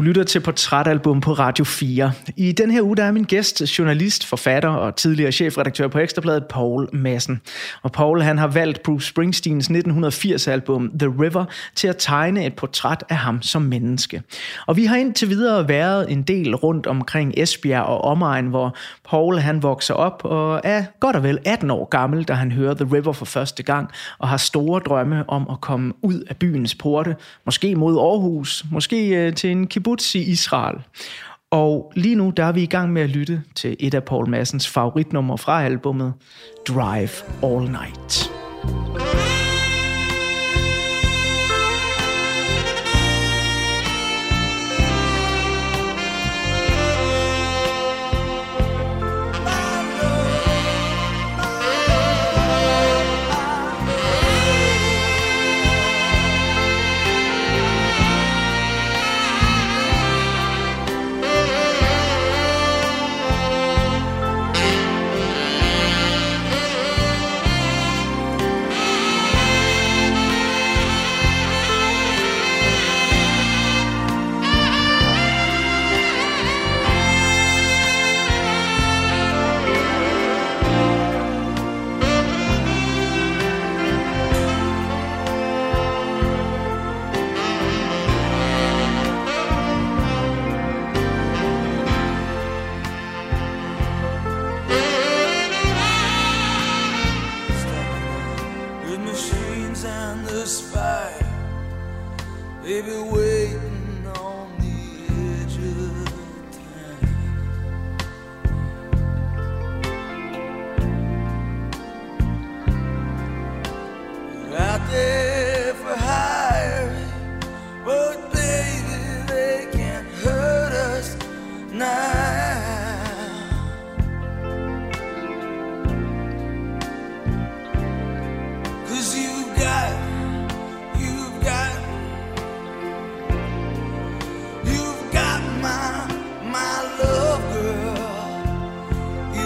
Du lytter til Portrætalbum på Radio 4. I den her uge der er min gæst, journalist, forfatter og tidligere chefredaktør på Ekstrabladet, Poul Madsen. Og Poul han har valgt Bruce Springsteens 1980-album The River til at tegne et portræt af ham som menneske. Og vi har indtil videre været en del rundt omkring Esbjerg og omegn, hvor Poul han vokser op og er godt og vel 18 år gammel, da han hører The River for første gang og har store drømme om at komme ud af byens porte, måske mod Aarhus, måske til en kibbutz i Israel. Og lige nu der er vi i gang med at lytte til et af Poul Madsens favoritnumre fra albumet, Drive All Night.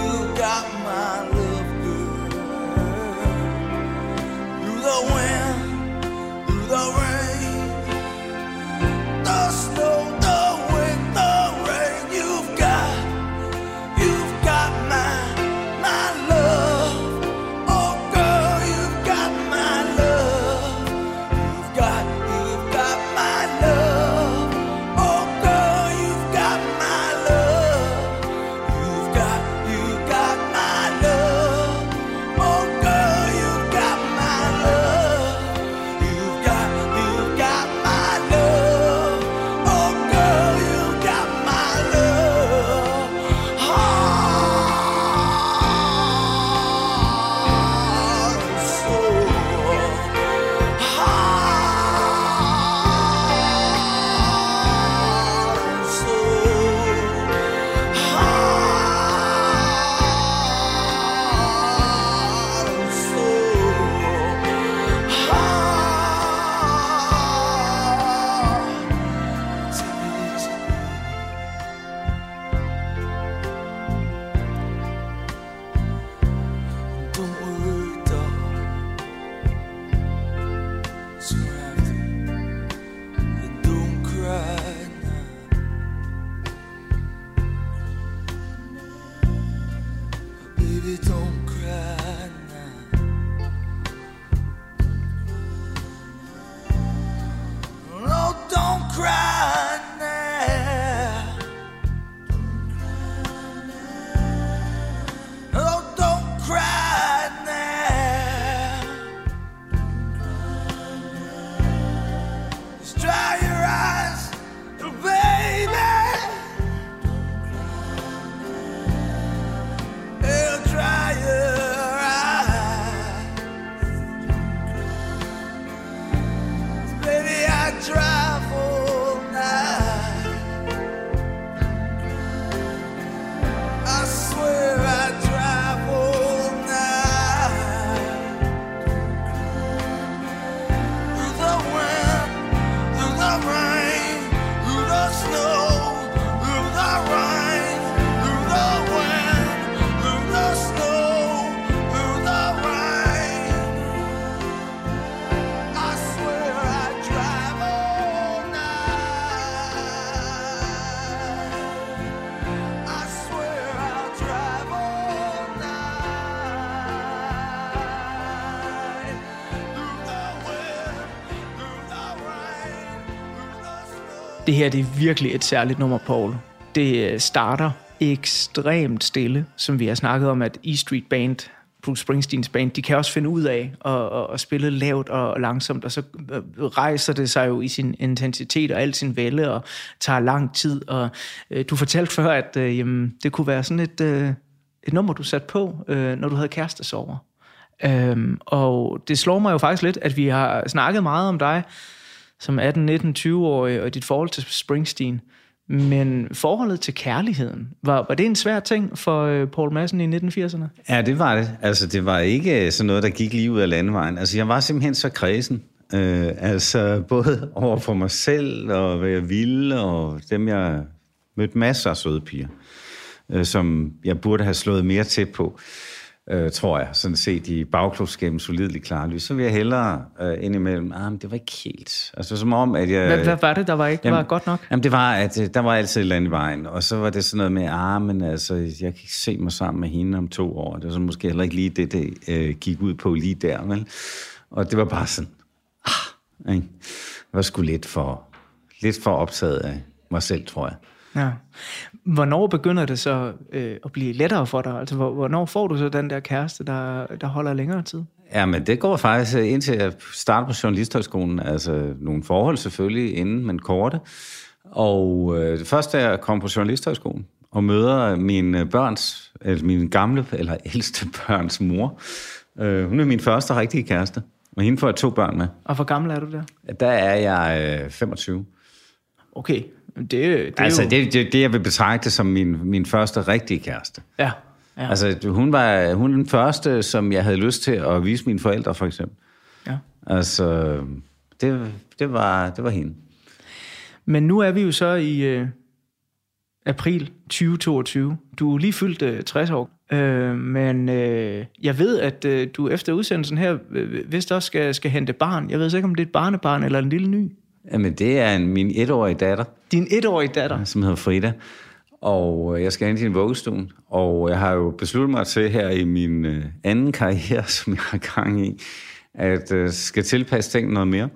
The wind Det her, det er virkelig et særligt nummer, Paul. Det starter ekstremt stille, som vi har snakket om, at E Street Band, Bruce Springsteens band, de kan også finde ud af at spille lavt og langsomt, og så rejser det sig jo i sin intensitet og al sin vælde, og tager lang tid. Og du fortalte før, at det kunne være sådan et nummer, du satte på, når du havde kærestesorger. Og det slår mig jo faktisk lidt, at vi har snakket meget om dig som 18-, 19-, 20-årig, og dit forhold til Springsteen. Men forholdet til kærligheden, var det en svær ting for Poul Madsen i 1980'erne? Ja, det var det. Altså, det var ikke sådan noget, der gik lige ud af landevejen. Altså, jeg var simpelthen så kredsen. Altså, både over for mig selv, og hvad jeg ville, og dem, jeg mødte masser af søde piger, som jeg burde have slået mere tæt på, tror jeg, sådan set i bagklubsgennem solideligt klarlys. Så vil jeg hellere indimellem, men det var ikke helt. Altså, som om, at jeg... Hvad var det, der var ikke var godt nok? Jamen, det var, at der var altid et land i vejen, og så var det sådan noget med, men altså, jeg kan ikke se mig sammen med hende om 2 år. Det var så måske heller ikke lige det gik ud på lige der, vel? Og det var bare sådan, ikke? Jeg var sgu lidt for optaget af mig selv, tror jeg. Ja. Hvornår begynder det så at blive lettere for dig? Altså, hvornår får du så den der kæreste, der holder længere tid? Ja, men det går faktisk indtil jeg starter på Journalisthøjskolen. Altså nogle forhold selvfølgelig inden, men korte. Og det første er at komme på Journalisthøjskolen og møder min gamle eller ældste børns mor. Hun er min første rigtige kæreste, og hende får jeg 2 børn med. Og hvor gammel er du der? Der er jeg 25. Okay. Det altså, jo... det jeg vil betragte som min første rigtige kæreste. Ja. Altså, hun er den første, som jeg havde lyst til at vise mine forældre, for eksempel. Ja. Altså, det var hende. Men nu er vi jo så i april 2022. Du er lige fyldt 60 år. Men jeg ved, at du efter udsendelsen her vist også skal hente barn. Jeg ved ikke, om det er et barnebarn eller en lille ny. Jamen, det er min 1-årige datter. Din 1-årige datter? Som hedder Frida. Og jeg skal hen til en vuggestue. Og jeg har jo besluttet mig til her i min anden karriere, som jeg har gang i, at skal tilpasse ting noget mere.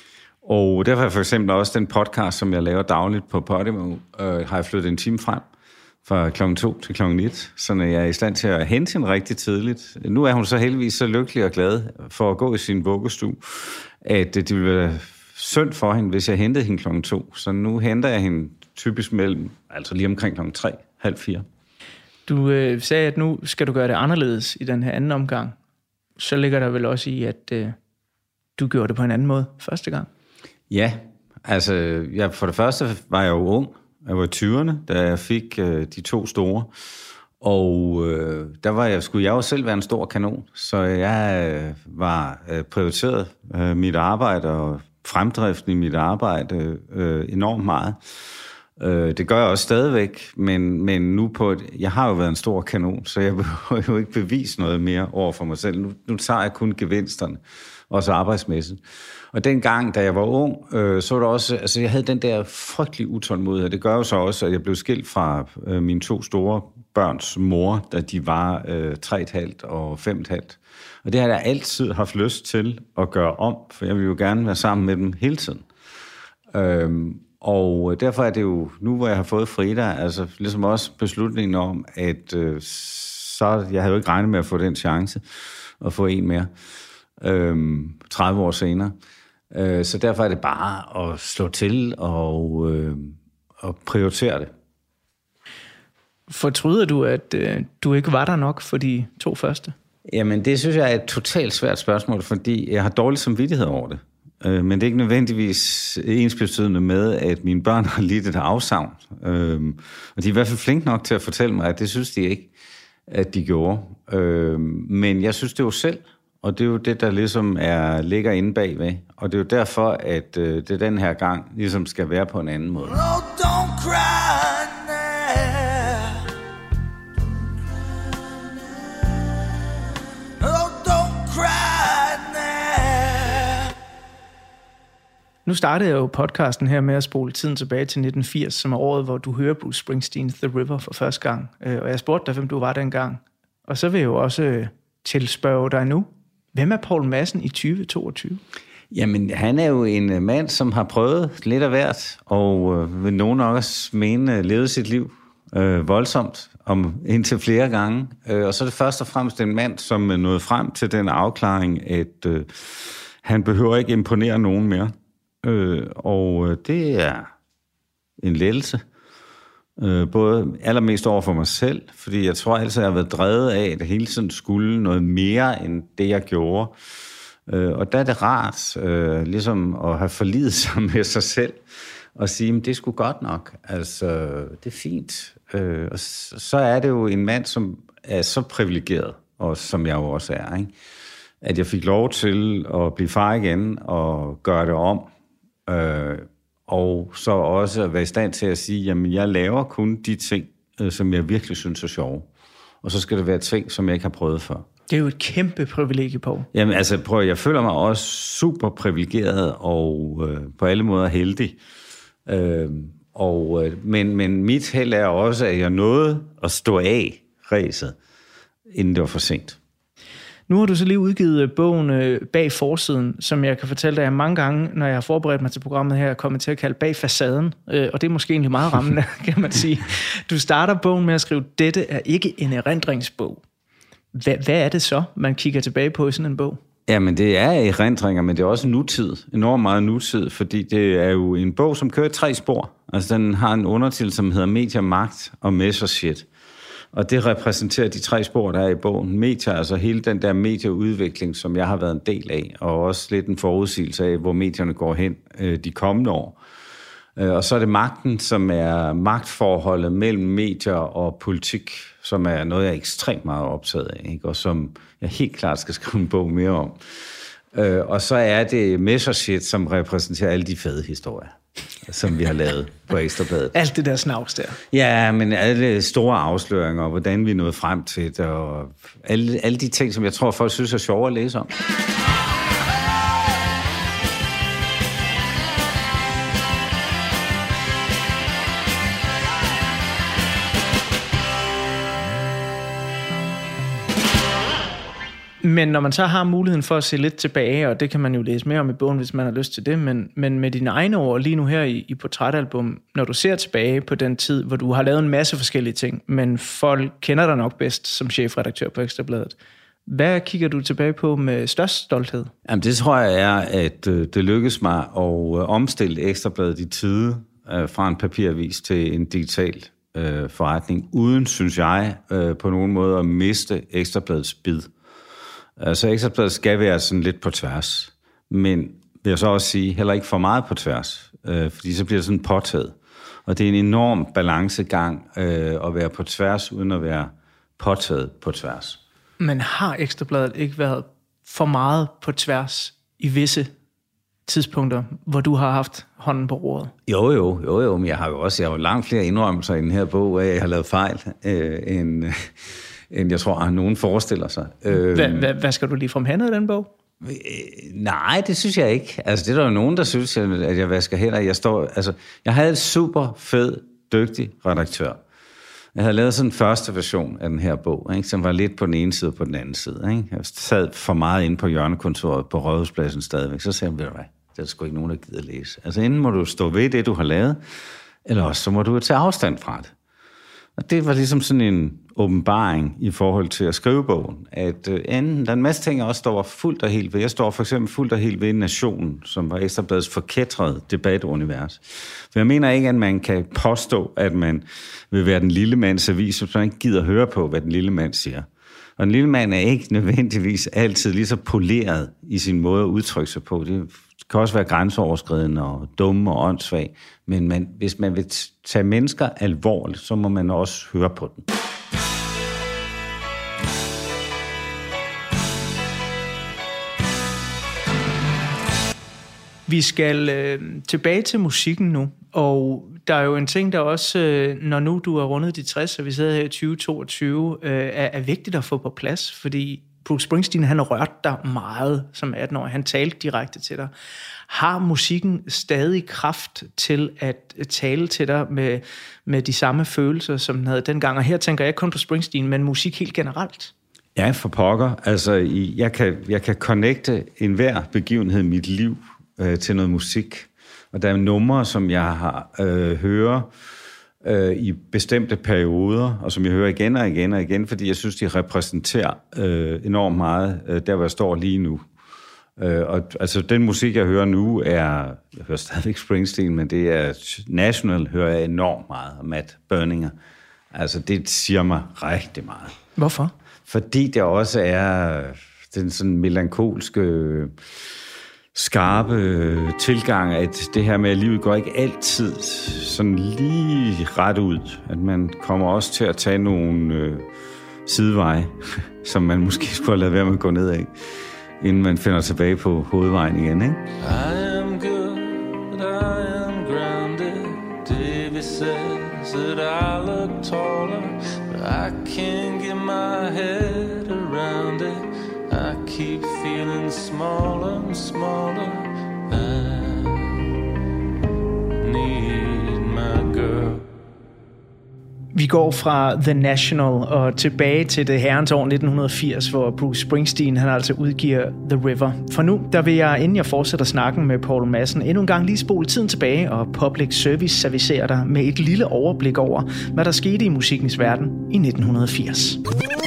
Og derfor har jeg for eksempel også den podcast, som jeg laver dagligt på Podimo, har jeg flyttet en time frem fra klokken 2 til klokken 1, så jeg er i stand til at hente hende rigtig tidligt. Nu er hun så heldigvis så lykkelig og glad for at gå i sin vuggestue, at det ville være synd for hende, hvis jeg hentede hende klokken 2. Så nu henter jeg hende typisk altså lige omkring klokken 3, halv 4. Du sagde, at nu skal du gøre det anderledes i den her anden omgang. Så ligger der vel også i, at du gjorde det på en anden måde første gang? Ja, altså for det første var jeg jo ung. Jeg var i 20'erne, da jeg fik de 2 store. Og der skulle jeg jo selv være en stor kanon. Så jeg var prioriteret mit arbejde og fremdriften i mit arbejde enormt meget. Det gør jeg også stadigvæk, men nu jeg har jo været en stor kanon, så jeg behøver jo ikke bevise noget mere over for mig selv. Nu tager jeg kun gevinsterne, også arbejdsmæssigt. Og dengang, da jeg var ung, så var det også, altså jeg havde den der frygtelige utålmodighed. Det gør jo så også, at jeg blev skilt fra mine 2 store børns mor, da de var 3,5 og 5,5. Og det har jeg altid haft lyst til at gøre om, for jeg vil jo gerne være sammen med dem hele tiden. Og derfor er det jo, nu hvor jeg har fået Frida, altså ligesom også beslutningen om, at så jeg havde jo ikke regnet med at få den chance at få en mere 30 år senere. Så derfor er det bare at slå til og prioritere det. Fortryder du, at du ikke var der nok for de 2 første? Jamen, det synes jeg er et totalt svært spørgsmål, fordi jeg har dårlig samvittighed over det. Men det er ikke nødvendigvis ensbetydende med, at mine børn har lidt et afsavn. Og de er i hvert fald flinke nok til at fortælle mig, at det synes de ikke, at de gjorde. Men jeg synes det jo selv, og det er jo det, der ligesom ligger inde bagved. Og det er jo derfor, at det den her gang ligesom skal være på en anden måde. Oh, don't cry now. Oh, don't cry now. Nu startede jeg jo podcasten her med at spole tiden tilbage til 1980, som er året, hvor du hører Bruce Springsteen The River for første gang. Og jeg spurgte dig, hvem du var dengang. Og så vil jeg jo også tilspørge dig nu. Hvem er Poul Madsen i 2022? Jamen, han er jo en mand, som har prøvet lidt af hvert, og vil nogen nok også mene, levet sit liv voldsomt, om indtil flere gange. Og så er det først og fremmest en mand, som nåede frem til den afklaring, at han behøver ikke imponere nogen mere. Og det er en lettelse. Både allermest over for mig selv, fordi jeg tror altid, jeg har været drevet af, at det hele tiden skulle noget mere, end det, jeg gjorde. Og der er det rart, ligesom at have forlidet sig med sig selv, og sige, at det er sgu godt nok, altså, det er fint. Og så er det jo en mand, som er så privilegeret, og som jeg jo også er, ikke? At jeg fik lov til at blive far igen, og gøre det om, og så også at være i stand til at sige, jamen jeg laver kun de ting, som jeg virkelig synes er sjove. Og så skal det være ting, som jeg ikke har prøvet før. Det er jo et kæmpe privilegie, Poul. Jamen altså, jeg føler mig også super privilegeret og på alle måder heldig. Men mit held er også, at jeg nåede at stå af ræset, inden det var for sent. Nu har du så lige udgivet bogen Bag forsiden, som jeg kan fortælle dig mange gange, når jeg har forberedt mig til programmet her, er kommet til at kalde Bag facaden, og det er måske egentlig meget rammende, kan man sige. Du starter bogen med at skrive, dette er ikke en erindringsbog. Hvad er det så, man kigger tilbage på i sådan en bog? Jamen, det er erindringer, men det er også nutid. Enormt meget nutid, fordi det er jo en bog, som kører 3 spor. Altså, den har en undertitel, som hedder Medier, Magt og Messershit. Og det repræsenterer de 3 spor, der er i bogen. Medier, altså hele den der medieudvikling, som jeg har været en del af, og også lidt en forudsigelse af, hvor medierne går hen de kommende år. Og så er det magten, som er magtforholdet mellem medier og politik, som er noget, jeg er ekstremt meget optaget af, ikke? Og som jeg helt klart skal skrive en bog mere om. Og så er det Messershit, som repræsenterer alle de fede historier, som vi har lavet på Ekstra Bladet. Alt det der snavs der. Ja, men alle store afsløringer, og hvordan vi nåede frem til det, og alle de ting, som jeg tror, folk synes er sjovere at læse om. Men når man så har muligheden for at se lidt tilbage, og det kan man jo læse mere om i bogen, hvis man har lyst til det, men med dine egne ord lige nu her i Portrætalbum, når du ser tilbage på den tid, hvor du har lavet en masse forskellige ting, men folk kender dig nok bedst som chefredaktør på Ekstra Bladet. Hvad kigger du tilbage på med størst stolthed? Jamen, det tror jeg er, at det lykkedes mig at omstille Ekstra Bladet i tide fra en papiravis til en digital forretning, uden, synes jeg, på nogen måde at miste Ekstra Bladets bid. Så Ekstra Bladet skal være sådan lidt på tværs, men vil jeg så også sige, heller ikke for meget på tværs, fordi så bliver det sådan påtaget. Og det er en enorm balancegang at være på tværs, uden at være påtaget på tværs. Men har Ekstra Bladet ikke været for meget på tværs i visse tidspunkter, hvor du har haft hånden på roret? Jo, men jeg har jo langt flere indrømmelser i den her bog, at jeg har lavet fejl, end jeg tror, at nogen forestiller sig. Hvad skal du lige fremhæve i den bog? Nej, det synes jeg ikke. Altså, det er der jo nogen, der synes, at jeg vasker hænder. Jeg havde en super fed, dygtig redaktør. Jeg havde lavet sådan en første version af den her bog, ikke, som var lidt på den ene side og på den anden side. Ikke? Jeg sad for meget inde på hjørnekontoret på Rådhuspladsen stadigvæk. Så sagde jeg, ved du hvad, det er sgu ikke nogen, der gider læse. Altså, enten må du stå ved det, du har lavet, eller også så må du tage afstand fra det. Og det var ligesom sådan en åbenbaring i forhold til at skrive bogen, at der er en masse ting, jeg også står fuldt og helt ved. Jeg står for eksempel fuldt og helt ved Nationen, som var Ekstra Bladets forkætrede debatunivers. For jeg mener ikke, at man kan påstå, at man vil være den lille mands avis, hvis man ikke gider høre på, hvad den lille mand siger. Og den lille mand er ikke nødvendigvis altid lige så poleret i sin måde at udtrykke sig på. Det kan også være grænseoverskridende og dumme og åndssvag. Men hvis man vil tage mennesker alvorligt, så må man også høre på dem. Vi skal tilbage til musikken nu, og der er jo en ting, der også, når nu du er rundet de 60, og vi sidder her i 2022, er vigtigt at få på plads, fordi Bruce Springsteen, han har rørt dig meget som 18-årig. Han talte direkte til dig. Har musikken stadig kraft til at tale til dig med de samme følelser, som den havde dengang? Og her tænker jeg ikke kun på Springsteen, men musik helt generelt. Ja, for pokker. Altså, jeg kan connecte enhver begivenhed i mit liv til noget musik. Og der er numre, som jeg har hører i bestemte perioder, og som jeg hører igen og igen og igen, fordi jeg synes, de repræsenterer enormt meget der, hvor jeg står lige nu. Og altså, den musik, jeg hører nu, jeg hører stadigvæk Springsteen, men det er National, hører jeg enormt meget, og Matt Berninger. Altså, det siger mig rigtig meget. Hvorfor? Fordi det også er den sådan melankolske, skarpe tilgang, at det her med, at livet går ikke altid sådan lige ret ud. At man kommer også til at tage nogle sideveje, som man måske skulle have ladet være med at gå ned af, inden man finder tilbage på hovedvejen igen, ikke? I am good, I am grounded. Davy says that I look taller, but I can't get my head around it. I keep feeling smaller and smaller. I need my girl. Vi går fra The National og tilbage til det herrens år 1980, hvor Bruce Springsteen han altså udgiver The River. For nu, der vil jeg, inden jeg fortsætter snakken med Poul Madsen, endnu en gang lige spole tiden tilbage og Public Service servicerer dig med et lille overblik over, hvad der skete i musikkens verden i 1980.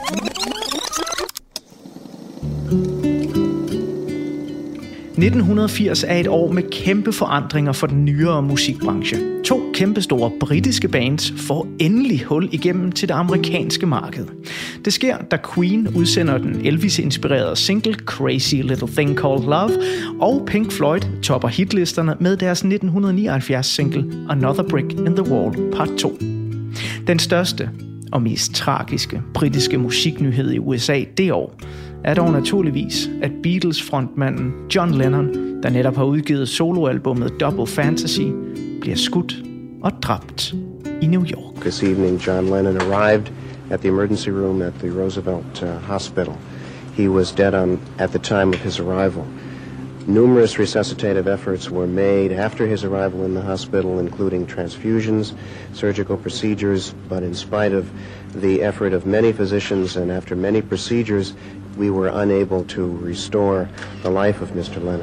1980 er et år med kæmpe forandringer for den nyere musikbranche. 2 kæmpestore britiske bands får endelig hul igennem til det amerikanske marked. Det sker, da Queen udsender den Elvis-inspirerede single Crazy Little Thing Called Love, og Pink Floyd topper hitlisterne med deres 1979 single Another Brick in the Wall Part 2. Den største og mest tragiske britiske musiknyhed i USA det år er dog naturligvis, at Beatles frontmanden John Lennon, der netop har udgivet soloalbummet Double Fantasy, bliver skudt og dræbt i New York. This evening, John Lennon arrived at the emergency room at the Roosevelt Hospital. He was dead at the time of his arrival. Numerous resuscitative efforts were made after his arrival in the hospital, including transfusions, surgical procedures, but in spite of the effort of many physicians and after many procedures, we were unable to restore the life of Mr. Lennon.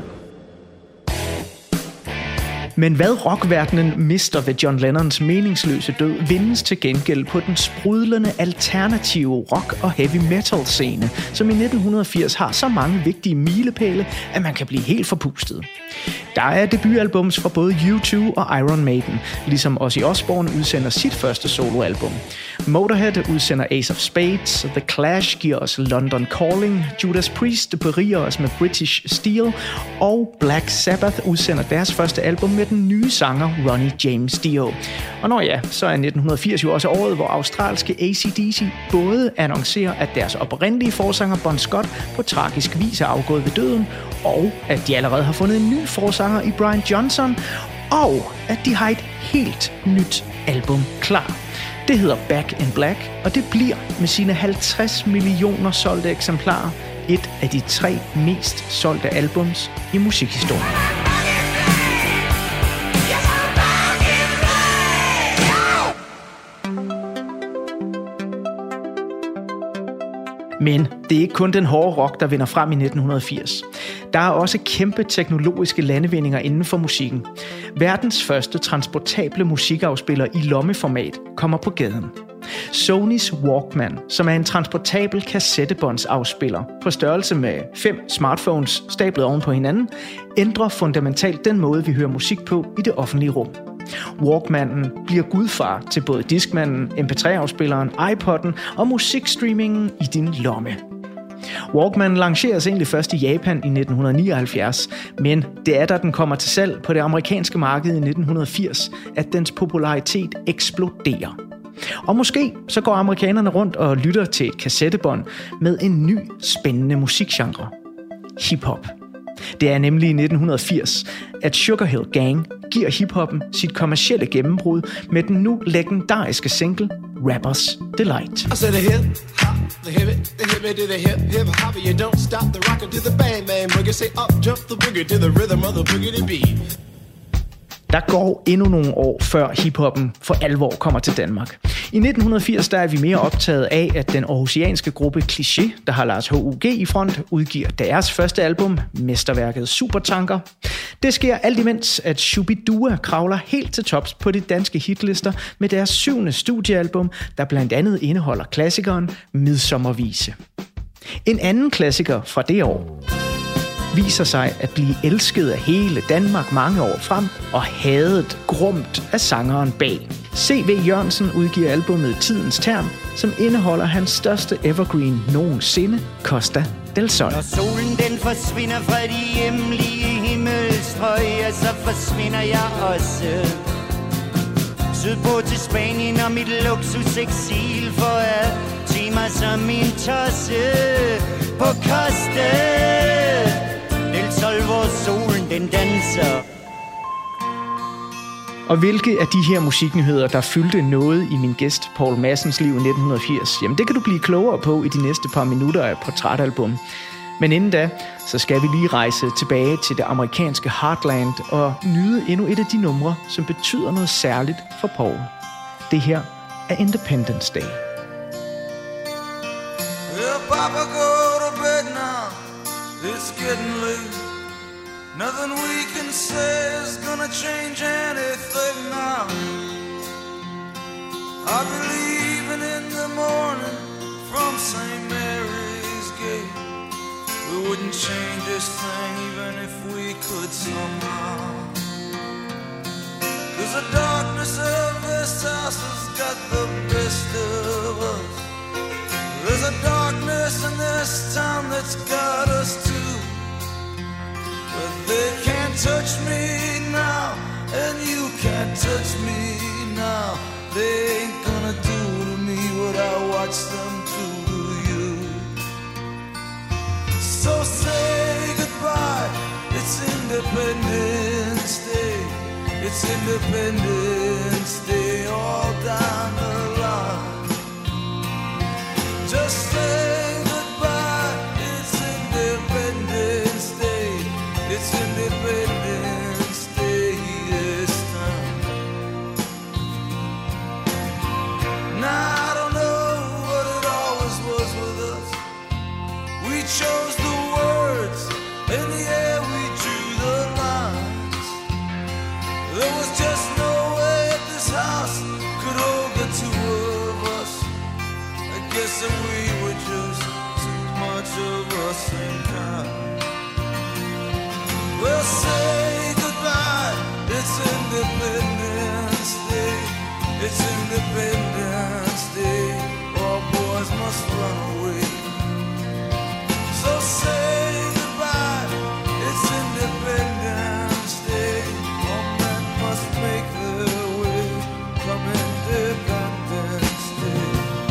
Men hvad rockverdenen mister ved John Lennons meningsløse død, vindes til gengæld på den sprudlende alternative rock- og heavy metal scene, som i 1980 har så mange vigtige milepæle, at man kan blive helt forpustet. Der er debutalbums fra både U2 og Iron Maiden, ligesom Ozzy Osbourne udsender sit første soloalbum. Motorhead udsender Ace of Spades, The Clash giver os London Calling, Judas Priest beriger os med British Steel, og Black Sabbath udsender deres første album med den nye sanger Ronnie James Dio. Og når ja, så er 1980 jo også året, hvor australske AC/DC både annoncerer, at deres oprindelige forsanger Bon Scott på tragisk vis er afgået ved døden, og at de allerede har fundet en ny forsanger i Brian Johnson, og at de har et helt nyt album klar. Det hedder Back in Black, og det bliver med sine 50 millioner solgte eksemplarer et af de 3 mest solgte albums i musikhistorien. Men det er ikke kun den hårde rock, der vinder frem i 1980. Der er også kæmpe teknologiske landevindinger inden for musikken. Verdens første transportable musikafspiller i lommeformat kommer på gaden. Sonys Walkman, som er en transportabel kassettebåndsafspiller på størrelse med 5 smartphones stablet oven på hinanden, ændrer fundamentalt den måde, vi hører musik på i det offentlige rum. Walkmanen bliver gudfar til både Discmanen, MP3-afspilleren, iPod'en og musikstreamingen i din lomme. Walkman lanceres egentlig først i Japan i 1979, men det er da den kommer til salg på det amerikanske marked i 1980, at dens popularitet eksploderer. Og måske så går amerikanerne rundt og lytter til et kassettebånd med en ny spændende musikgenre. Hip-hop. Det er nemlig i 1980, at Sugar Hill Gang giver hiphoppen sit kommercielle gennembrud med den nu legendariske single Rapper's Delight. I said the hip hop, the hip it to the hip hop, you don't stop the rocker to the bang bang boogie, say up jump the boogie to the rhythm of the boogie beat. Der går endnu nogle år før hiphoppen for alvor kommer til Danmark. I 1980 der er vi mere optaget af, at den aarhusianske gruppe Kliché, der har Lars H.U.G. i front, udgiver deres første album, mesterværket Supertanker. Det sker alt imens, at Shubidua kravler helt til tops på de danske hitlister med deres 7. studiealbum, der blandt andet indeholder klassikeren Midsommervise. En anden klassiker fra det år viser sig at blive elsket af hele Danmark mange år frem og hadet grumt af sangeren bag. C.V. Jørgensen udgiver albumet Tidens Tern, som indeholder hans største evergreen nogensinde, Costa del Sol. Når solen den forsvinder fra de hjemlige himmelstrøg, så forsvinder jeg også sydpå til Spanien og mit luksuseksil for at tage mig som min tosse på Costa del Sol, hvor solen den danser. Og hvilke af de her musiknyheder, der fyldte noget i min gæst Poul Madsens liv i 1980, jamen det kan du blive klogere på i de næste par minutter af Portrætalbum. Men inden da, så skal vi lige rejse tilbage til det amerikanske Heartland og nyde endnu et af de numre, som betyder noget særligt for Poul. Det her er Independence Day. Well, Papa, go to bed now. It's getting late. Nothing we can say is gonna change anything now. I'll be leaving in the morning from St. Mary's Gate. We wouldn't change this thing even if we could somehow. 'Cause the darkness of this house has got the best of us. There's a darkness in this town that's got us too. But they can't touch me now, and you can't touch me now. They ain't gonna do to me what I watch them do to you. So say goodbye, it's Independence Day. It's Independence Day all down the line. Just say goodbye, it's Independence Day. It's Independence Day this time. Now I don't know what it always was with us. We chose the words, and yeah, we drew the lines. There was just no way this house could hold the two of us. I guess that we were just too much of the same kind. Well, say goodbye, it's Independence Day. It's Independence Day, all boys must run away. So say goodbye, it's Independence Day. All men must make their way, come Independence Day.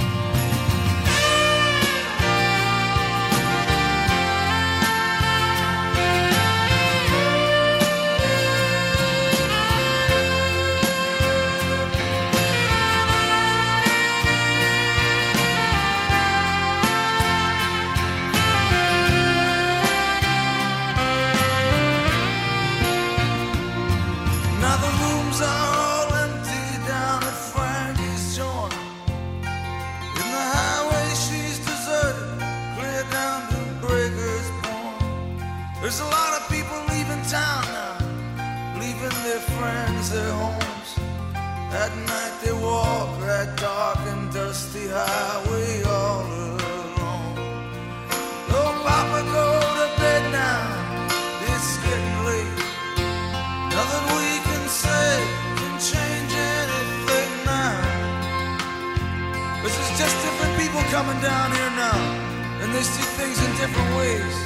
There's a lot of people leaving town now, leaving their friends, their homes. At night they walk that dark and dusty highway all alone. Oh, Papa, go to bed now, it's getting late. Nothing we can say can change anything now. This is just different people coming down here now, and they see things in different ways.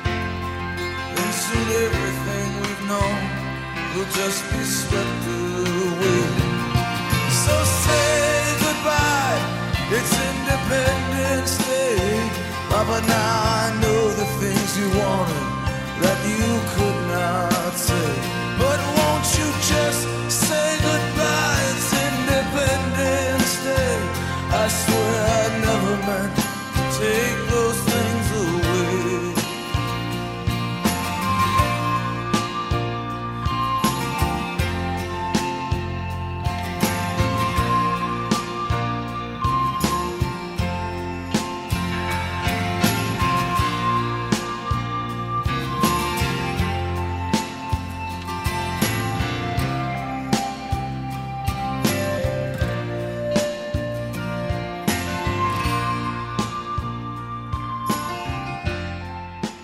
Soon everything we've known will just be swept away. So say goodbye, it's Independence Day. Papa, now I know the things you wanted that you could not say. But won't you just say goodbye, it's Independence Day. I swear I never meant to take those things away.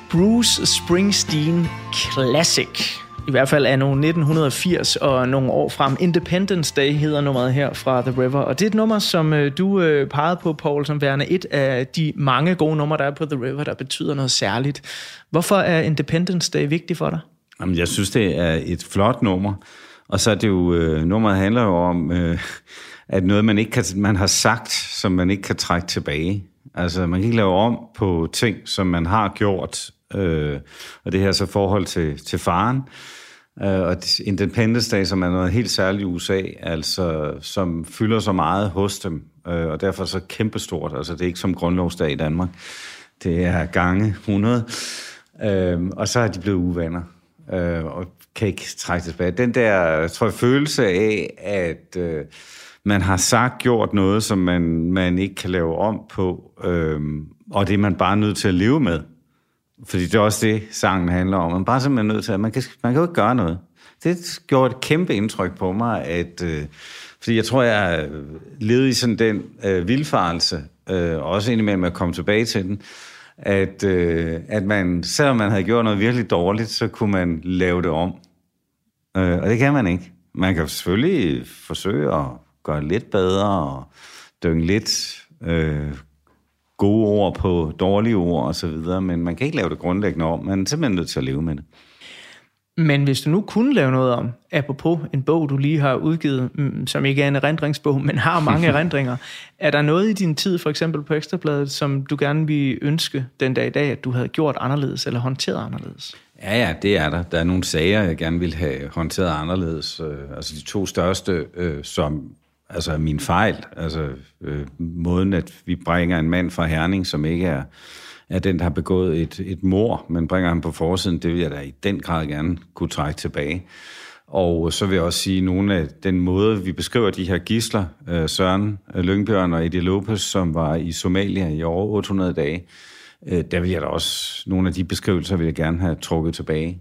Bruce Springsteen Classic. I hvert fald er nu 1980 og nogle år frem. Independence Day hedder nummeret her fra The River. Og det er et nummer, som du pegede på, Paul, som værende et af de mange gode numre, der er på The River, der betyder noget særligt. Hvorfor er Independence Day vigtig for dig? Jamen, jeg synes, det er et flot nummer. Og så er det jo, nummeret handler jo om, at noget, man har sagt, som man ikke kan trække tilbage. Altså, man kan ikke lave om på ting, som man har gjort. Og det her så forhold til faren. Og Independence Day, som er noget helt særligt i USA, altså, som fylder så meget hos dem, og derfor så kæmpestort. Altså, det er ikke som grundlovsdag i Danmark. Det er gange 100. Og så er de blevet uvenner, og kan ikke trække tilbage. Den der, tror jeg, følelse af, at man har gjort noget, som man ikke kan lave om på, og det er man bare nødt til at leve med. Fordi det er også det, sangen handler om. Man er bare simpelthen nødt til, at man kan jo ikke gøre noget. Det gjorde et kæmpe indtryk på mig, at, fordi jeg tror, jeg levede i sådan den vildfarelse, også indimellem at komme tilbage til den, at man, selvom man havde gjort noget virkelig dårligt, så kunne man lave det om. Og det kan man ikke. Man kan selvfølgelig forsøge at gøre det lidt bedre, og dynge lidt gode ord på dårlige ord og så videre, men man kan ikke lave det grundlæggende om. Man er simpelthen nødt til at leve med det. Men hvis du nu kunne lave noget om, apropos en bog, du lige har udgivet, som ikke er en erindringsbog, men har mange erindringer, er der noget i din tid, for eksempel på Ekstrabladet, som du gerne ville ønske den dag i dag, at du havde gjort anderledes eller håndteret anderledes? Ja, det er der. Der er nogle sager, jeg gerne vil have håndteret anderledes. Altså de to største, som altså min fejl, altså måden, at vi bringer en mand fra Herning, som ikke er den, der har begået et mord, men bringer ham på forsiden, det vil jeg da i den grad gerne kunne trække tilbage. Og så vil jeg også sige, nogle af den måde, vi beskriver de her gidsler, Søren Lyngbjørn og Eddie Lopez, som var i Somalia i over 800 dage, der vil jeg da også, nogle af de beskrivelser vil jeg gerne have trukket tilbage.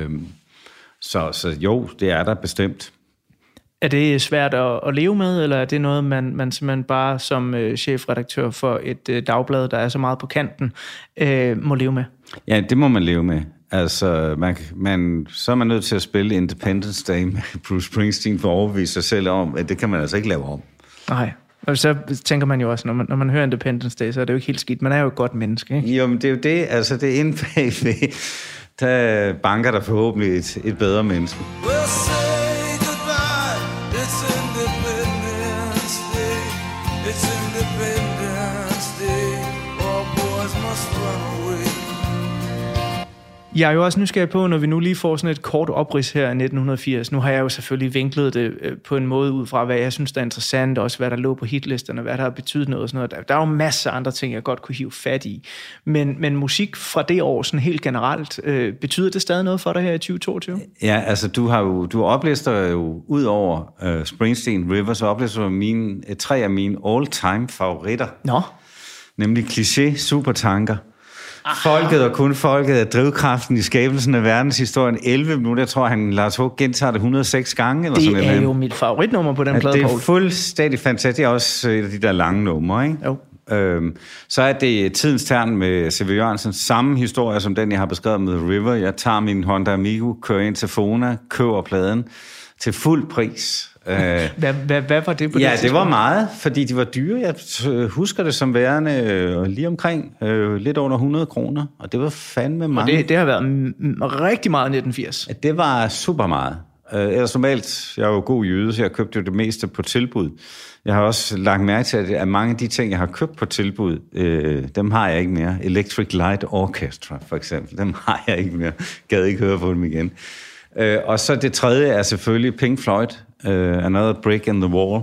Så jo, det er der bestemt. Er det svært at leve med, eller er det noget, man simpelthen bare som chefredaktør for et dagblad, der er så meget på kanten, må leve med? Ja, det må man leve med. Altså, så er man nødt til at spille Independence Day med Bruce Springsteen for at overbevise sig selv om, at det kan man altså ikke lave om. Nej, og så tænker man jo også, når man hører Independence Day, så er det jo ikke helt skidt. Man er jo et godt menneske, ikke? Jo, men det er jo det, altså det er inde bagved, der banker der forhåbentlig et bedre menneske. Jeg er jo også nysgerrig på, når vi nu lige får sådan et kort oprids her i 1980. Nu har jeg jo selvfølgelig vinklet det på en måde ud fra, hvad jeg synes, der er interessant, også hvad der lå på hitlisterne, hvad der har betydet noget og sådan noget. Der er jo masser af andre ting, jeg godt kunne hive fat i. Men musik fra det år, sådan helt generelt, betyder det stadig noget for dig her i 2022? Ja, altså du oplister jo ud over Springsteen, River, så oplister du tre af mine all-time favoritter. Nå. Nemlig Cliché, Supertanker. Folket og kun folket er drivkraften i skabelsen af verdenshistorien. 11 minutter, jeg tror, Lars H. gentager det 106 gange. Eller det er jo mit favoritnummer på den plade, Poul. Det er fuldstændig fantastisk. Det er også et af de der lange numre, ikke? Jo. Så er det Tidens Tern med C.V. Jørgensen. Samme historie som den, jeg har beskrevet med River. Jeg tager min Honda Amigo, kører ind til Fona, køber pladen til fuld pris. Hvad var det på det? Ja, det var meget, fordi de var dyre. Jeg husker det som værende lige omkring lidt under 100 kroner, og det var fandme mange. Og det har været rigtig meget 1980. Ja, det var super meget. Ellers normalt, jeg er jo god jøde, så jeg købte jo det meste på tilbud. Jeg har også lagt mærke til, at mange af de ting, jeg har købt på tilbud, dem har jeg ikke mere. Electric Light Orchestra, for eksempel, dem har jeg ikke mere. Gad ikke høre på dem igen. Og så det tredje er selvfølgelig Pink Floyd, Another Brick in the Wall.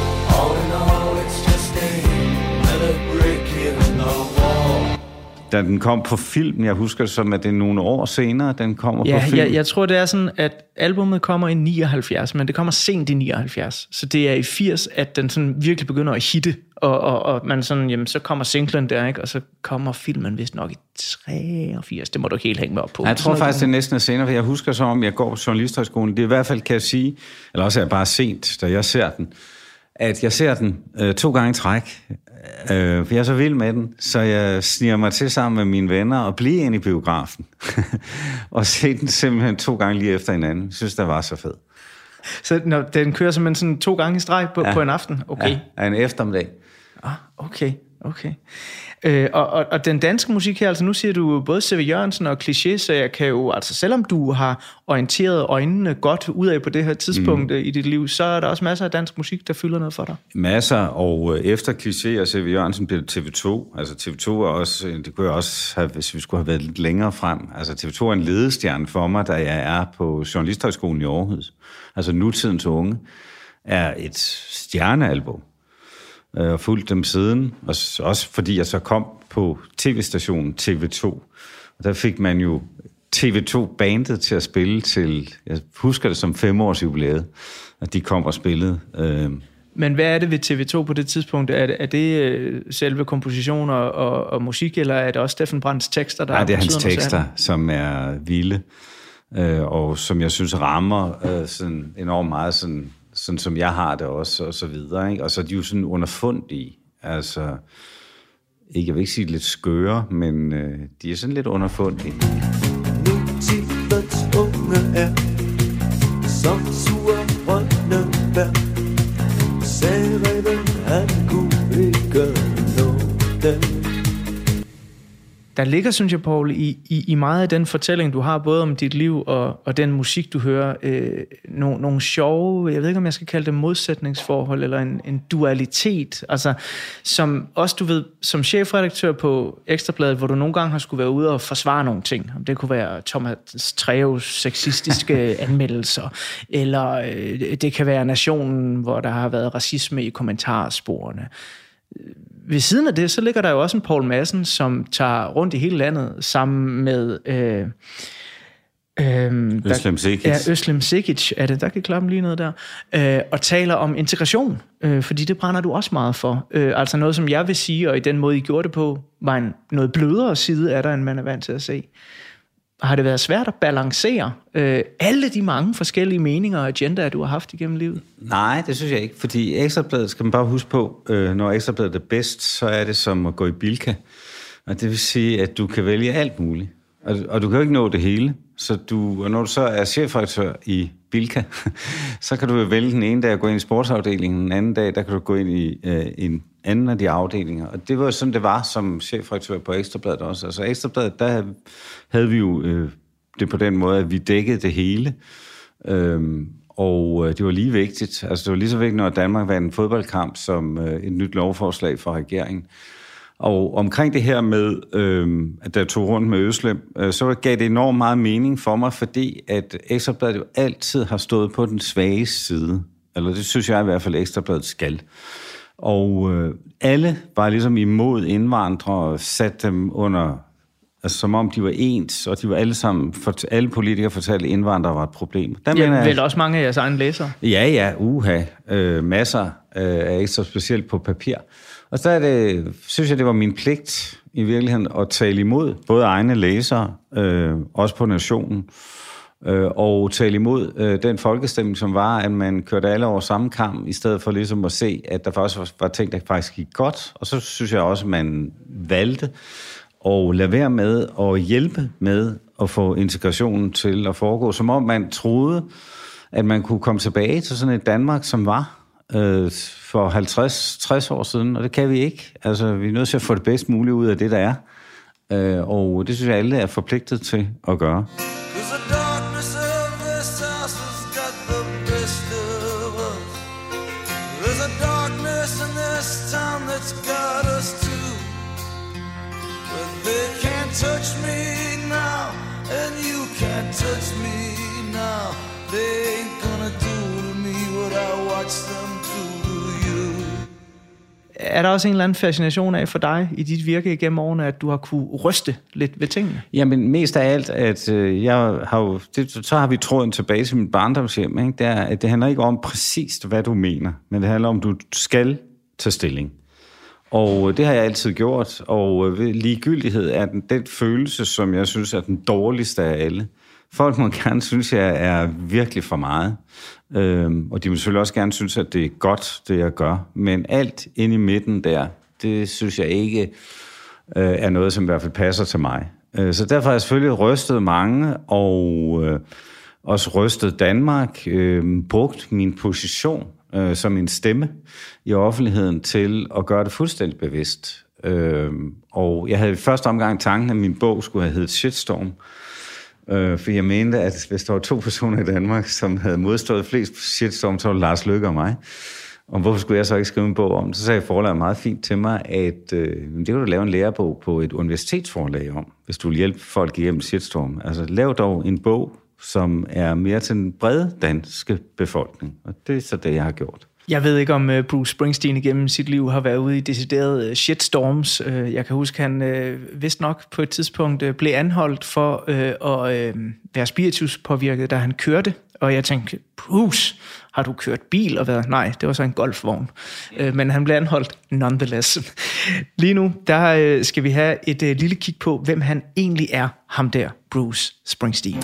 Da den kom på film, jeg husker det som, at det er nogle år senere, den kommer på film. Ja, jeg tror, det er sådan, at albumet kommer i 79, men det kommer sent i 79. Så det er i 80, at den sådan virkelig begynder at hitte, og man sådan, jamen, så kommer singlen der, ikke? Og så kommer filmen vist nok i 83. Det må du helt hænge mig op på. Ja, jeg tror faktisk, det er næsten senere, for jeg husker så, om jeg går på journalisthøjskolen. Det er i hvert fald, kan jeg sige, eller også er jeg bare sent, da jeg ser den, at jeg ser den 2 gange i træk. For jeg er så vild med den, så jeg sniger mig til sammen med mine venner og bliver ind i biografen. Og se den simpelthen 2 gange lige efter hinanden. Jeg synes, det var så fed. Så når den kører simpelthen sådan 2 gange i streg på en aften? Okay. Ja, en eftermiddag. Okay. Og den danske musik her, altså nu siger du både C.V. Jørgensen og Kliché, så jeg kan jo, altså selvom du har orienteret øjnene godt udad på det her tidspunkt i dit liv, så er der også masser af dansk musik, der fylder noget for dig. Masser, og efter Kliché og C.V. Jørgensen blev det TV2. Altså TV2 er også, det kunne jeg også have, hvis vi skulle have været lidt længere frem. Altså TV2 er en ledestjerne for mig, da jeg er på Journalisthøjskolen i Aarhus. Altså Nutidens Unge er et stjernealbum. Og fulgt dem siden, og også fordi jeg så kom på tv-stationen TV2. Og der fik man jo TV2-bandet til at spille til, jeg husker det som 5-års jubilæet, at de kom og spillede. Men hvad er det ved TV2 på det tidspunkt? Er det selve komposition og musik, eller er det også Steffen Brandts tekster, der det er hans tekster, som er vilde, og som jeg synes rammer sådan enormt meget sådan som jeg har det også, og så videre, ikke? Og så er de jo sådan underfundige, altså, ikke, jeg vil ikke sige lidt skøre, men de er sådan lidt underfundige. Nutidens unge er som sure grønne bær. Særreven, han kunne ikke nå den. Der ligger, synes jeg, Poul, i meget af den fortælling, du har, både om dit liv og den musik, du hører, nogle sjove, jeg ved ikke, om jeg skal kalde det modsætningsforhold, eller en dualitet, altså, som også, du ved, som chefredaktør på Ekstrabladet, hvor du nogle gange har skulle være ude og forsvare nogle ting. Det kunne være Thomas Treves sexistiske anmeldelser, eller det kan være Nationen, hvor der har været racisme i kommentarsporene. Ved siden af det, så ligger der jo også en Poul Madsen, som tager rundt i hele landet sammen med Özlem Cekic. Ja, Özlem Cekic er det. Der kan klappe lige noget der. Og taler om integration, fordi det brænder du også meget for. Altså noget, som jeg vil sige, og i den måde, I gjorde det på, var en noget blødere side af dig, end man er vant til at se. Har det været svært at balancere alle de mange forskellige meninger og agendaer, du har haft igennem livet? Nej, det synes jeg ikke, fordi Ekstrabladet, skal man bare huske på, når Ekstrabladet er bedst, så er det som at gå i Bilka. Og det vil sige, at du kan vælge alt muligt. Og du kan jo ikke nå det hele. Og når du så er chefredaktør i Bilka, så kan du jo vælge den ene dag at gå ind i sportsafdelingen, den anden dag, der kan du gå ind i en anden af de afdelinger. Og det var sådan, det var som chefredaktør på Ekstrabladet også. Altså Ekstrabladet, der havde vi jo det på den måde, at vi dækkede det hele. Og det var lige vigtigt. Altså det var lige så vigtigt, når Danmark vandt en fodboldkamp som et nyt lovforslag fra regeringen. Og omkring det her med, at der tog rundt med Özlem, så gav det enormt meget mening for mig, fordi at Ekstrabladet jo altid har stået på den svage side. Eller det synes jeg i hvert fald, Ekstrabladet skal. Og alle var ligesom imod indvandrere og satte dem under, altså som om de var ens, og de var alle sammen, alle politikere fortalte, at indvandrere var et problem. Vel også mange af jeres egne læsere. Ja, masser er ikke så specielt på papir. Og så synes jeg, det var min pligt i virkeligheden at tale imod både egne læsere, også på Nationen, og tale imod den folkestemning, som var, at man kørte alle over samme kamp, i stedet for ligesom at se, at der faktisk var ting, der faktisk gik godt. Og så synes jeg også, at man valgte at lade være med at hjælpe med at få integrationen til at foregå, som om man troede, at man kunne komme tilbage til sådan et Danmark, som var for 50-60 år siden, og det kan vi ikke. Altså, vi er nødt til at få det bedst muligt ud af det, der er. Og det synes jeg, alle er forpligtet til at gøre. Touch me now, and you can't touch me now. They ain't gonna do to me what I watch them do to you. Er der også en eller anden fascination af for dig i dit virke igennem årene, at du har kunne ryste lidt ved tingene? Jamen mest af alt, at jeg har jo, så har vi tråden tilbage til mit barndomshjem, ikke? Det er, at det handler ikke om præcist, hvad du mener, men det handler om, at du skal tage stilling. Og det har jeg altid gjort, og ligegyldighed er den følelse, som jeg synes er den dårligste af alle. Folk må gerne synes, at jeg er virkelig for meget. Og de vil selvfølgelig også gerne synes, at det er godt, det jeg gør. Men alt inde i midten der, det synes jeg ikke er noget, som i hvert fald passer til mig. Så derfor har jeg selvfølgelig rystet mange, og også rystet Danmark, brugt min position som en stemme i offentligheden til at gøre det fuldstændig bevidst. Og jeg havde i første omgang tanken, at min bog skulle have heddet Shitstorm, for jeg mente, at hvis der var 2 personer i Danmark, som havde modstået flest shitstorm, så var det Lars Løkke og mig. Og hvorfor skulle jeg så ikke skrive en bog om det? Så sagde forlaget meget fint til mig, at det kan du lave en lærebog på et universitetsforlag om, hvis du vil hjælpe folk igennem shitstorm. Altså lav dog en bog, som er mere til den brede danske befolkning. Og det er så det, jeg har gjort. Jeg ved ikke, om Bruce Springsteen igennem sit liv har været ude i deciderede shitstorms. Jeg kan huske, han vist nok på et tidspunkt blev anholdt for at være spirituspåvirket, da han kørte. Og jeg tænkte, Bruce, har du kørt bil og været? Nej, det var så en golfvogn. Men han blev anholdt nonetheless. Lige nu, der skal vi have et lille kig på, hvem han egentlig er, ham der, Bruce Springsteen.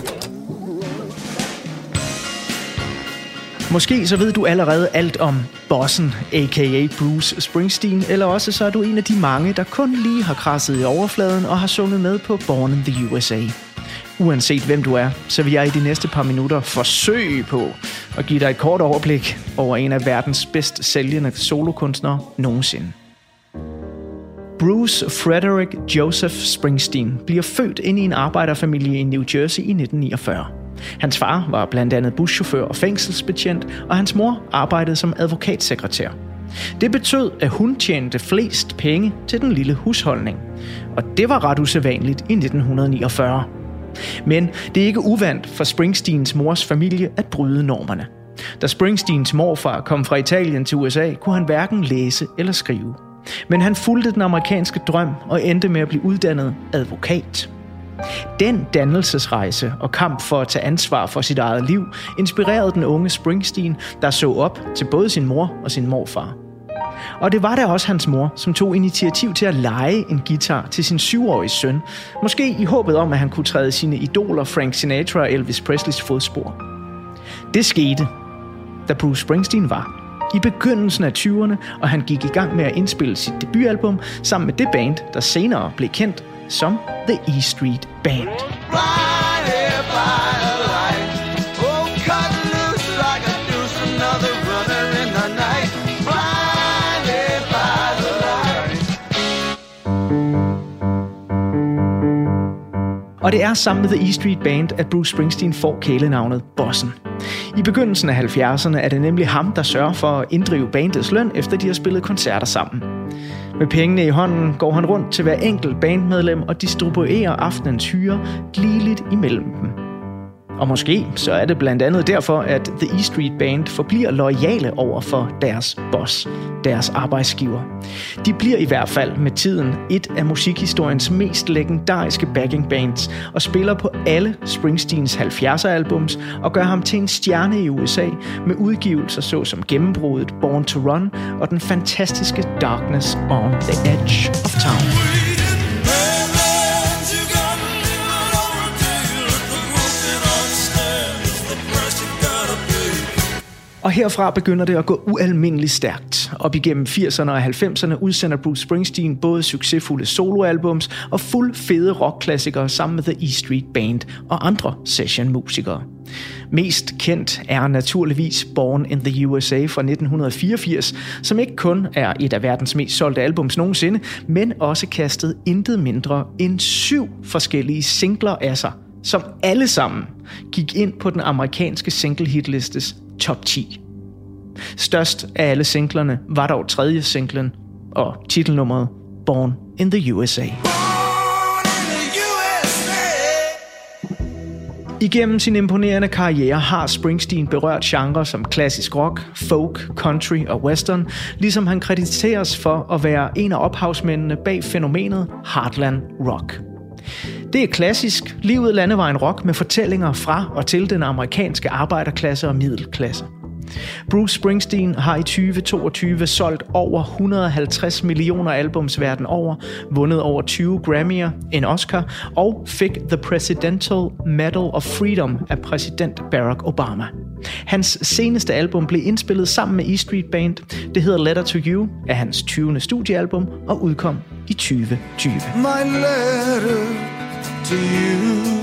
Måske så ved du allerede alt om bossen, a.k.a. Bruce Springsteen, eller også så er du en af de mange, der kun lige har krasset i overfladen og har sunget med på Born in the USA. Uanset hvem du er, så vil jeg i de næste par minutter forsøge på at give dig et kort overblik over en af verdens bedst sælgende solokunstnere nogensinde. Bruce Frederick Joseph Springsteen bliver født ind i en arbejderfamilie i New Jersey i 1949. Hans far var blandt andet buschauffør og fængselsbetjent, og hans mor arbejdede som advokatsekretær. Det betød, at hun tjente flest penge til den lille husholdning. Og det var ret usædvanligt i 1949. Men det er ikke uvant for Springsteens mors familie at bryde normerne. Da Springsteens morfar kom fra Italien til USA, kunne han hverken læse eller skrive. Men han fulgte den amerikanske drøm og endte med at blive uddannet advokat. Den dannelsesrejse og kamp for at tage ansvar for sit eget liv inspirerede den unge Springsteen, der så op til både sin mor og sin morfar. Og det var da også hans mor, som tog initiativ til at leje en guitar til sin 7-årige søn, måske i håbet om, at han kunne træde sine idoler Frank Sinatra og Elvis Presleys fodspor. Det skete, da Bruce Springsteen var i begyndelsen af 20'erne, og han gik i gang med at indspille sit debutalbum sammen med det band, der senere blev kendt som The E Street Band. Og det er sammen med The E Street Band, at Bruce Springsteen får kælenavnet Bossen. I begyndelsen af 70'erne er det nemlig ham, der sørger for at inddrive bandets løn, efter de har spillet koncerter sammen. Med pengene i hånden går han rundt til hver enkelt bandmedlem og distribuerer aftenens hyre ligeligt imellem dem. Og måske så er det blandt andet derfor, at The E Street Band forbliver loyale over for deres boss, deres arbejdsgiver. De bliver i hvert fald med tiden et af musikhistoriens mest legendariske backing bands og spiller på alle Springsteens 70'er albums og gør ham til en stjerne i USA med udgivelser såsom gennembruddet Born to Run og den fantastiske Darkness on the Edge of Town. Og herfra begynder det at gå ualmindeligt stærkt. Op igennem 80'erne og 90'erne udsender Bruce Springsteen både succesfulde soloalbums og fuld fede rockklassikere sammen med The E Street Band og andre sessionmusikere. Mest kendt er naturligvis Born in the USA fra 1984, som ikke kun er et af verdens mest solgte albums nogensinde, men også kastet intet mindre end 7 forskellige singler af sig, som alle sammen gik ind på den amerikanske single-hitlistes top 10. Størst af alle singlerne var dog 3. singlen og titelnummeret Born in the USA. Igennem sin imponerende karriere har Springsteen berørt genrer som klassisk rock, folk, country og western, ligesom han krediteres for at være en af ophavsmændene bag fænomenet Heartland Rock. Det er klassisk, livet landevejen rock med fortællinger fra og til den amerikanske arbejderklasse og middelklasse. Bruce Springsteen har i 2022 solgt over 150 millioner albums verden over, vundet over 20 Grammy'er, en Oscar og fik The Presidential Medal of Freedom af præsident Barack Obama. Hans seneste album blev indspillet sammen med E Street Band. Det hedder Letter to You, er hans 20. studiealbum og udkom i 2020. My letter to you.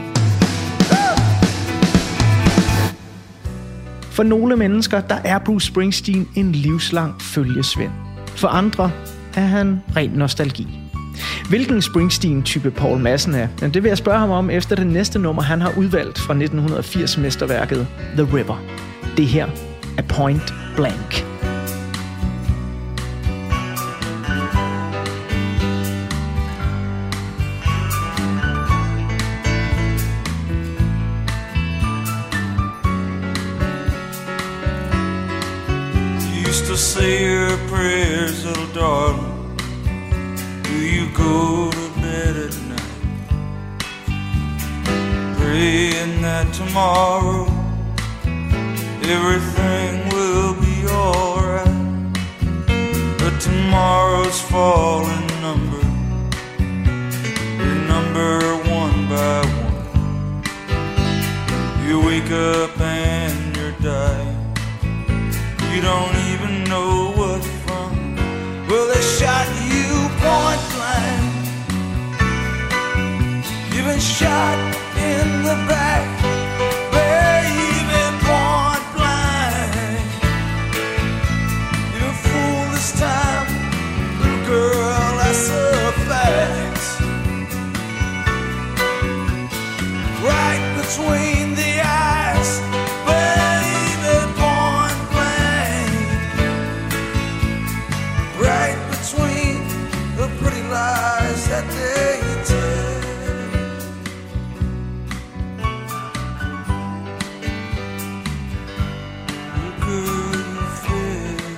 For nogle mennesker, der er Bruce Springsteen en livslang følgesvend. For andre er han ren nostalgi. Hvilken Springsteen-type Poul Madsen er, men det vil jeg spørge ham om efter det næste nummer, han har udvalgt fra 1980-mesterværket The River. Det her er Point Blank. Say your prayers, little darling. Do you go to bed at night, praying that tomorrow everything will be alright? But tomorrow's falling number, your number one by one. You wake up and you're dying. You don't even know what from. Well, they shot you point blank. You've been shot in the back, baby, point blank. You've been fooled this time, little girl, that's a fact. Right between the eyes, lies that they tell. You could feel.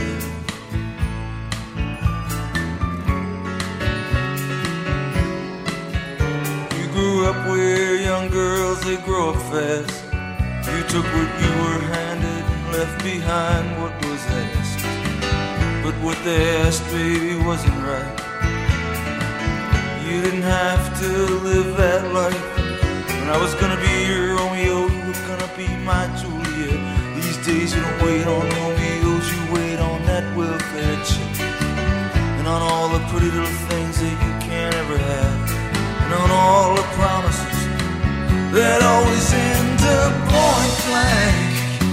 You grew up where young girls, they grow up fast. You took what you were handed and left behind what was asked. But what they asked, baby, wasn't right. You didn't have to live that life. When I was gonna be your Romeo, you were gonna be my Juliet. These days you don't wait on Romeos, you wait on that welfare check. And on all the pretty little things that you can't ever have. And on all the promises that always end up point blank.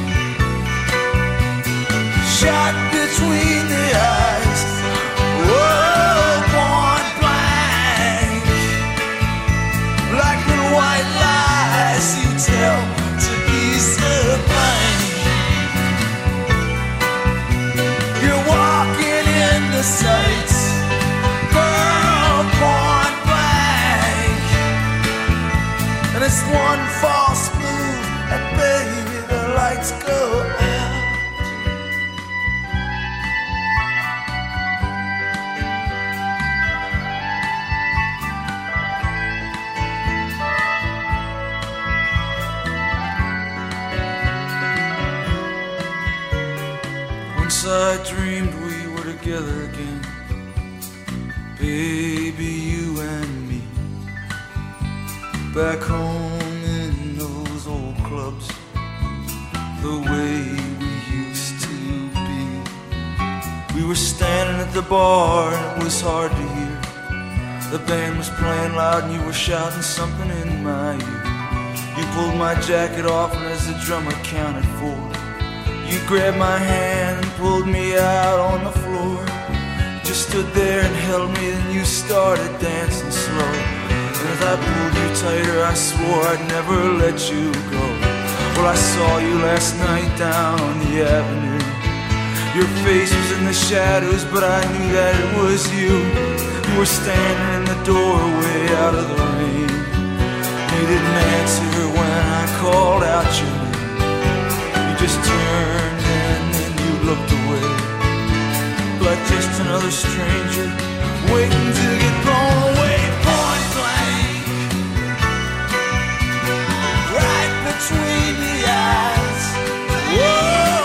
Shot between the eyes. Whoa, point blank. Like little white lies you tell to ease the pain. You're walking in the sights, girl, point blank. And it's one false move, and baby, the lights go out. I dreamed we were together again, baby, you and me. Back home in those old clubs, the way we used to be. We were standing at the bar and it was hard to hear. The band was playing loud and you were shouting something in my ear. You pulled my jacket off and as the drummer counted 4, you grabbed my hand and pulled me out on the floor. You just stood there and held me, and you started dancing slow. And as I pulled you tighter, I swore I'd never let you go. Well, I saw you last night down on the avenue. Your face was in the shadows, but I knew that it was you. You were standing in the doorway out of the rain. You didn't answer when I called out your name. You just turned and then you looked away, like just another stranger waiting to get blown away. Point blank, right between the eyes. Whoa.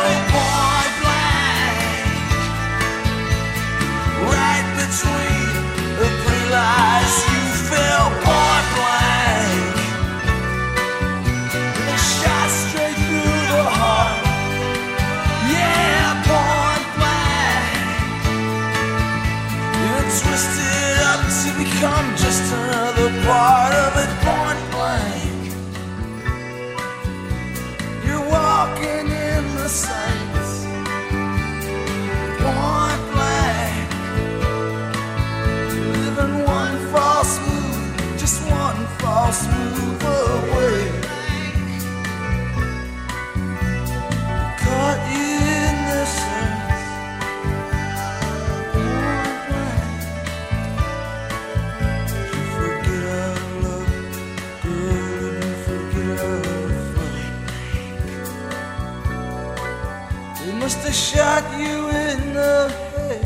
thoughts move away. Caught you in the sense. You forget our love, girl, and you forget our fight. They must have shot you in the head.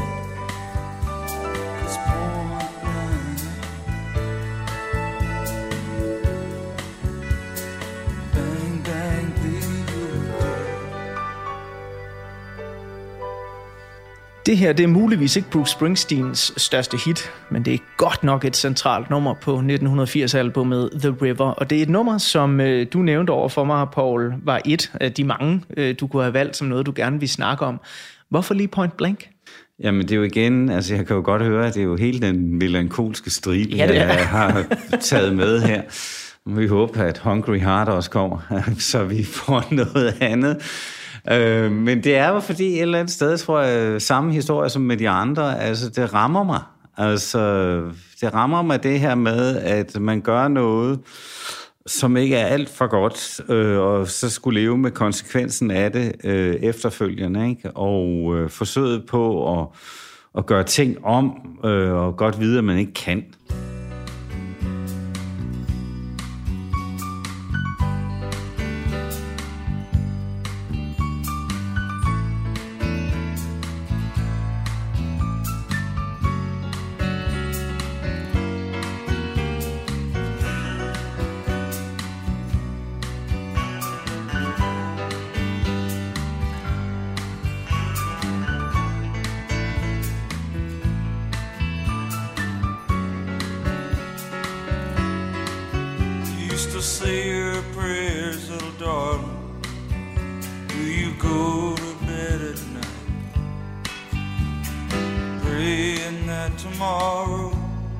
Det her, det er muligvis ikke Bruce Springsteens største hit, men det er godt nok et centralt nummer på 1980-albummet The River. Og det er et nummer, som du nævnte over for mig, Paul, var et af de mange, du kunne have valgt som noget, du gerne vil snakke om. Hvorfor lige Point Blank? Jamen det er jo igen, altså jeg kan jo godt høre, at det er jo hele den melankolske stribe, ja, jeg har taget med her. Vi håber, at Hungry Heart også kommer, så vi får noget andet. Men det er jo fordi et eller andet sted, tror jeg, samme historie som med de andre, altså det rammer mig. Altså det rammer mig det her med, at man gør noget, som ikke er alt for godt, og så skulle leve med konsekvensen af det efterfølgende, ikke? Og forsøget på at gøre ting om, og godt vide, at man ikke kan. Say your prayers, little darling. Do you go to bed at night? Praying that tomorrow.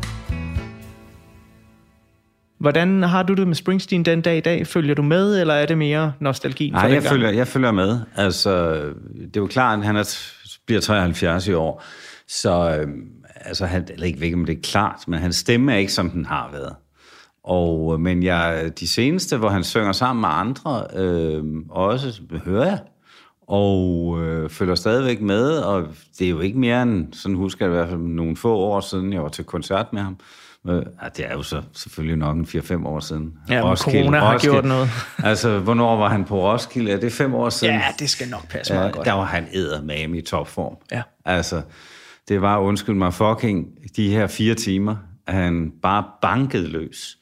Hvordan har du det med Springsteen den dag i dag? Følger du med, eller er det mere nostalgi? Nej, jeg følger med. Altså, det er jo klart, at han bliver 73 i år. Så altså, eller ikke ved, om det er klart, men hans stemme er ikke, som den har været. Men de seneste, hvor han synger sammen med andre, også hører jeg, og følger stadigvæk med, og det er jo ikke mere end, sådan husker jeg i hvert fald, nogle få år siden, jeg var til koncert med ham. Det er jo så selvfølgelig nok en 4-5 år siden. Ja, Roskilde har gjort noget. Altså, hvornår var han på Roskilde? Er det 5 år siden? Ja, det skal nok passe meget godt. Der var han eddermame i topform. Ja. Altså, det var, undskyld mig, fucking de her 4 timer, han bare bankede løs.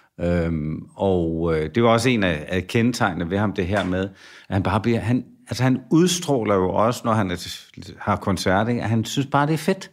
Det var også en af kendetegnene ved ham, det her med, at han bare bliver, han udstråler jo også, når han har koncert, ikke? At han synes bare, det er fedt.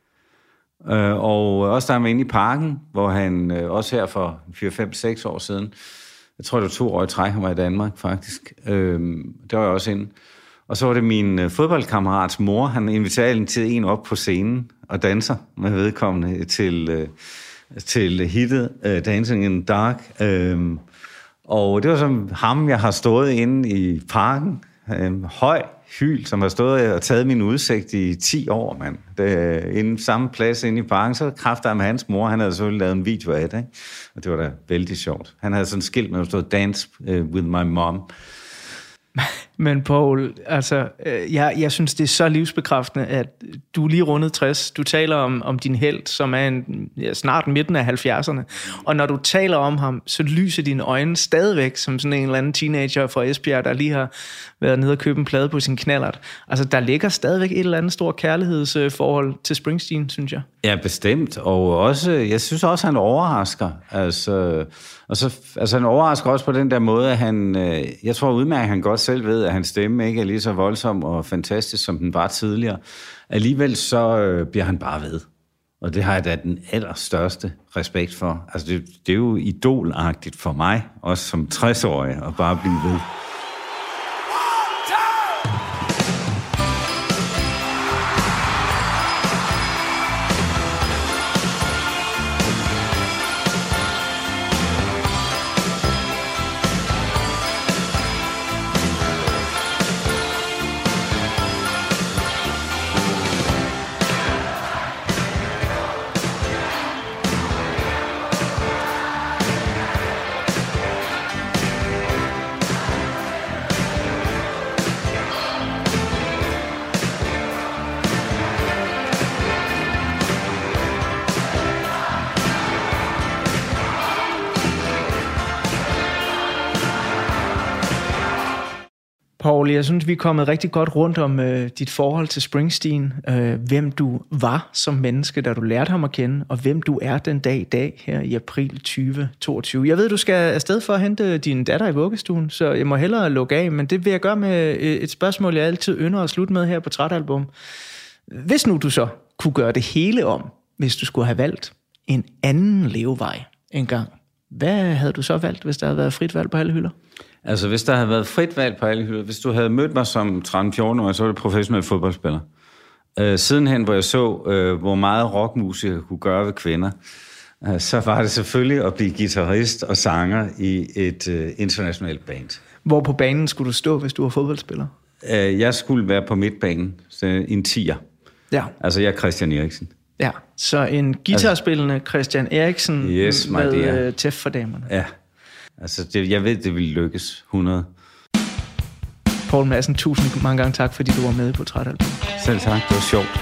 Og også der er inde i Parken, hvor han også her for 4-5-6 år siden, jeg tror det var 2 år i træk, han var i Danmark faktisk, der var jeg også inde. Og så var det min fodboldkammerats mor, han inviterede en op på scenen og danser med vedkommende til hittet Dancing in the Dark. Og det var som ham, jeg har stået inde i Parken. En høj hyl, som har stået og taget min udsigt i 10 år, mand. Inden samme plads inde i Parken, så kræfter jeg med hans mor. Han havde selvfølgelig lavet en video af det, ikke? Og det var da vældig sjovt. Han havde sådan et skilt med, at stod Dance with my mom. Men Paul, altså, jeg synes, det er så livsbekræftende, at du lige rundet 60. Du taler om din helt, som er snart midten af 70'erne. Og når du taler om ham, så lyser dine øjne stadigvæk som sådan en eller anden teenager fra Esbjerg, der lige har været nede og købe en plade på sin knallert. Altså, der ligger stadigvæk et eller andet stort kærlighedsforhold til Springsteen, synes jeg. Ja, bestemt. Og også, jeg synes også, han overrasker. Altså, han overrasker også på den der måde, at jeg tror udmærket, han godt selv ved, at hans stemme ikke er lige så voldsom og fantastisk, som den var tidligere. Alligevel så bliver han bare ved. Og det har jeg da den allerstørste respekt for. Altså, det er jo idolagtigt for mig, også som 60-årig, at bare blive ved. Paul, jeg synes, vi er kommet rigtig godt rundt om dit forhold til Springsteen, hvem du var som menneske, da du lærte ham at kende, og hvem du er den dag i dag her i april 2022. Jeg ved, du skal afsted for at hente din datter i vuggestuen, så jeg må hellere lukke af, men det vil jeg gøre med et spørgsmål, jeg altid ynder at slutte med her på Trætalbum. Hvis nu du så kunne gøre det hele om, hvis du skulle have valgt en anden levevej engang, hvad havde du så valgt, hvis der havde været frit valg på alle hylder? Altså, hvis der havde været frit valg på alle hylder, hvis du havde mødt mig som 13-14-årig, så var det professionel fodboldspiller. Sidenhen, hvor jeg så, hvor meget rockmusikere kunne gøre ved kvinder, så var det selvfølgelig at blive guitarist og sanger i et internationalt band. Hvor på banen skulle du stå, hvis du var fodboldspiller? Jeg skulle være på midtbanen, så en 10'er. Ja. Altså, jeg er Christian Eriksen. Ja, så en guitarspillende Christian Eriksen yes, med tæft for damerne. Ja, altså jeg ved, det ville lykkes 100. Poul Madsen, tusind mange gange tak, fordi du var med på Trætalbum. Selv tak, det var sjovt.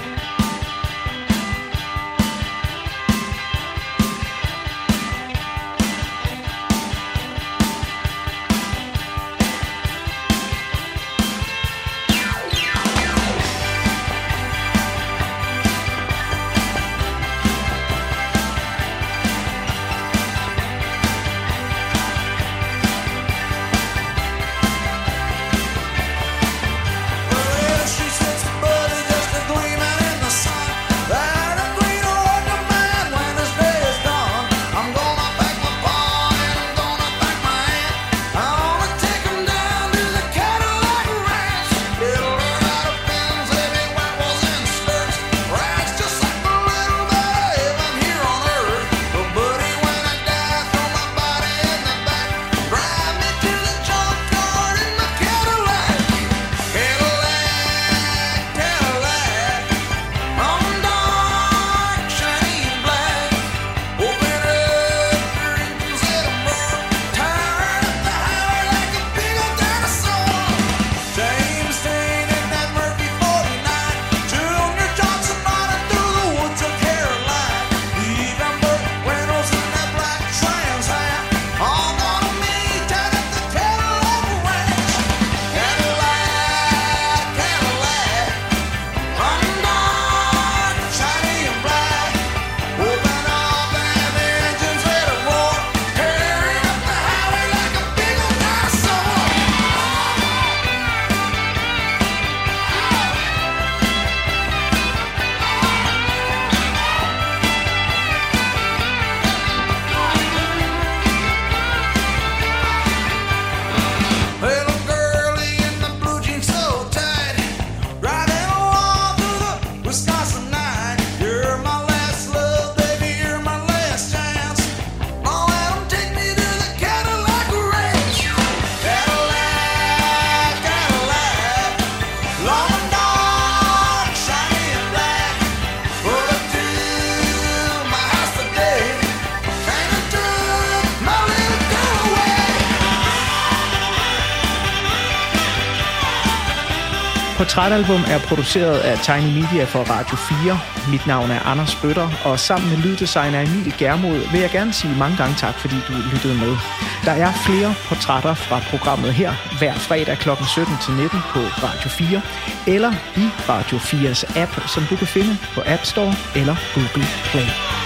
Portrætalbum er produceret af Tiny Media for Radio 4. Mit navn er Anders Bøtter, og sammen med lyddesigner Emil Germod vil jeg gerne sige mange gange tak, fordi du lyttede med. Der er flere portrætter fra programmet her hver fredag kl. 17-19 på Radio 4, eller i Radio 4's app, som du kan finde på App Store eller Google Play.